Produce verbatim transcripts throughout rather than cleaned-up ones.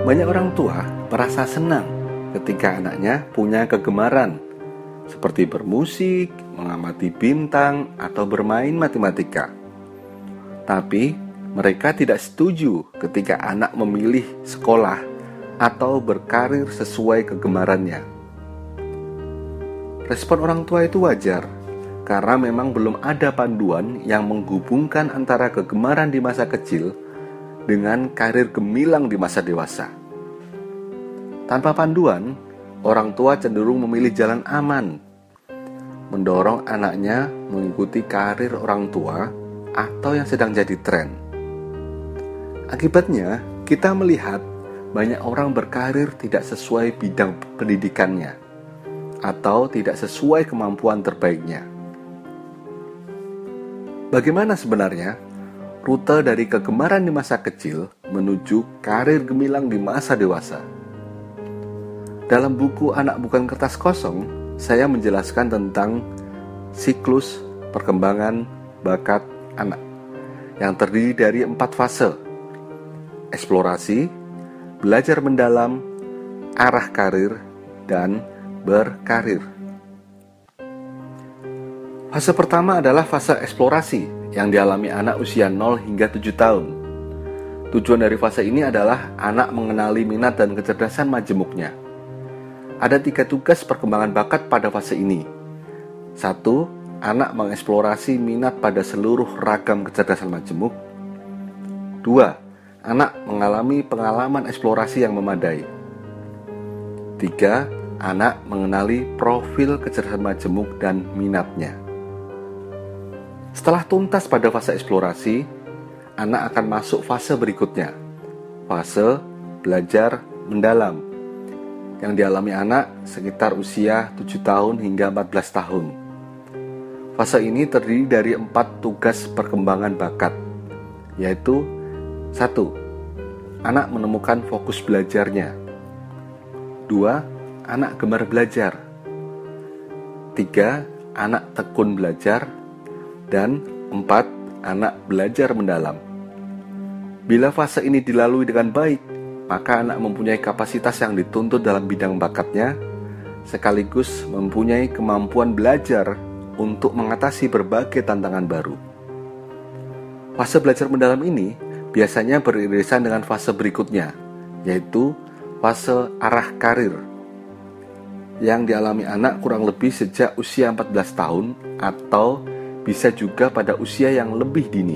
Banyak orang tua merasa senang ketika anaknya punya kegemaran seperti bermusik, mengamati bintang, atau bermain matematika. Tapi mereka tidak setuju ketika anak memilih sekolah atau berkarir sesuai kegemarannya. Respon orang tua itu wajar, karena memang belum ada panduan yang menghubungkan antara kegemaran di masa kecil dengan karir gemilang di masa dewasa. Tanpa panduan, orang tua cenderung memilih jalan aman, mendorong anaknya mengikuti karir orang tua atau yang sedang jadi tren. Akibatnya, kita melihat banyak orang berkarir tidak sesuai bidang pendidikannya atau tidak sesuai kemampuan terbaiknya. Bagaimana sebenarnya rute dari kegemaran di masa kecil menuju karir gemilang di masa dewasa? Dalam buku Anak Bukan Kertas Kosong, saya menjelaskan tentang siklus perkembangan bakat anak yang terdiri dari empat fase: eksplorasi, belajar mendalam, arah karir, dan berkarir. Fase pertama adalah fase eksplorasi yang dialami anak usia nol hingga tujuh tahun. Tujuan dari fase ini adalah anak mengenali minat dan kecerdasan majemuknya. Ada tiga tugas perkembangan bakat pada fase ini. Satu, anak mengeksplorasi minat pada seluruh ragam kecerdasan majemuk. Dua, anak mengalami pengalaman eksplorasi yang memadai. Tiga, anak mengenali profil kecerdasan majemuk dan minatnya. Setelah tuntas pada fase eksplorasi, anak akan masuk fase berikutnya, fase belajar mendalam, yang dialami anak sekitar usia tujuh tahun hingga empat belas tahun. Fase ini terdiri dari empat tugas perkembangan bakat, yaitu satu, anak menemukan fokus belajarnya. Dua, anak gemar belajar. Tiga, anak tekun belajar. Dan empat, anak belajar mendalam. Bila fase ini dilalui dengan baik, maka anak mempunyai kapasitas yang dituntut dalam bidang bakatnya, sekaligus mempunyai kemampuan belajar untuk mengatasi berbagai tantangan baru. Fase belajar mendalam ini biasanya beririsan dengan fase berikutnya, yaitu fase arah karir, yang dialami anak kurang lebih sejak usia empat belas tahun atau bisa juga pada usia yang lebih dini.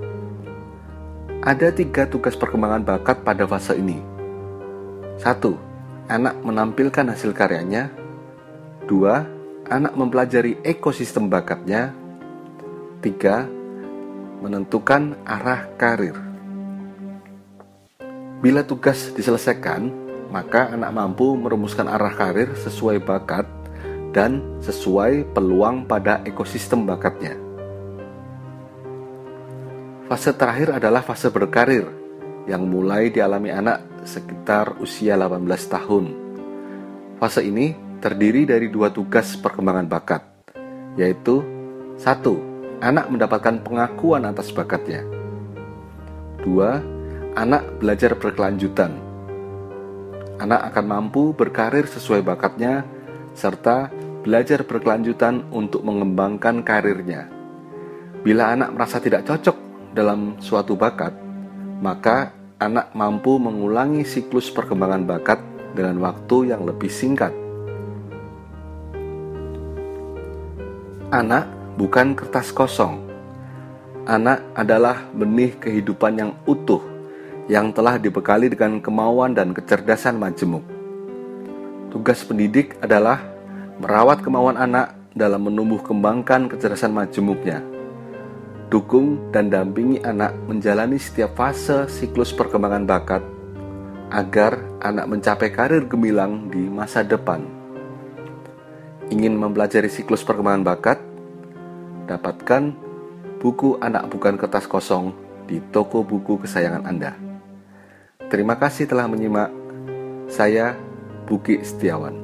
Ada tiga tugas perkembangan bakat pada fase ini. Satu, anak menampilkan hasil karyanya. Dua, anak mempelajari ekosistem bakatnya. Tiga, menentukan arah karir. Bila tugas diselesaikan, maka anak mampu merumuskan arah karir sesuai bakat dan sesuai peluang pada ekosistem bakatnya. Fase terakhir adalah fase berkarir, yang mulai dialami anak sekitar usia delapan belas tahun. Fase ini terdiri dari dua tugas perkembangan bakat, yaitu satu, anak mendapatkan pengakuan atas bakatnya. Dua, anak belajar berkelanjutan. Anak akan mampu berkarir sesuai bakatnya, serta belajar berkelanjutan untuk mengembangkan karirnya. Bila anak merasa tidak cocok dalam suatu bakat, maka anak mampu mengulangi siklus perkembangan bakat dengan waktu yang lebih singkat. Anak bukan kertas kosong. Anak adalah benih kehidupan yang utuh, yang telah dibekali dengan kemauan dan kecerdasan majemuk. Tugas pendidik adalah merawat kemauan anak dalam menumbuh kembangkan kecerdasan majemuknya. Dukung dan dampingi anak menjalani setiap fase siklus perkembangan bakat agar anak mencapai karir gemilang di masa depan. Ingin mempelajari siklus perkembangan bakat? Dapatkan buku Anak Bukan Kertas Kosong di toko buku kesayangan Anda. Terima kasih telah menyimak. Saya Buki Setiawan.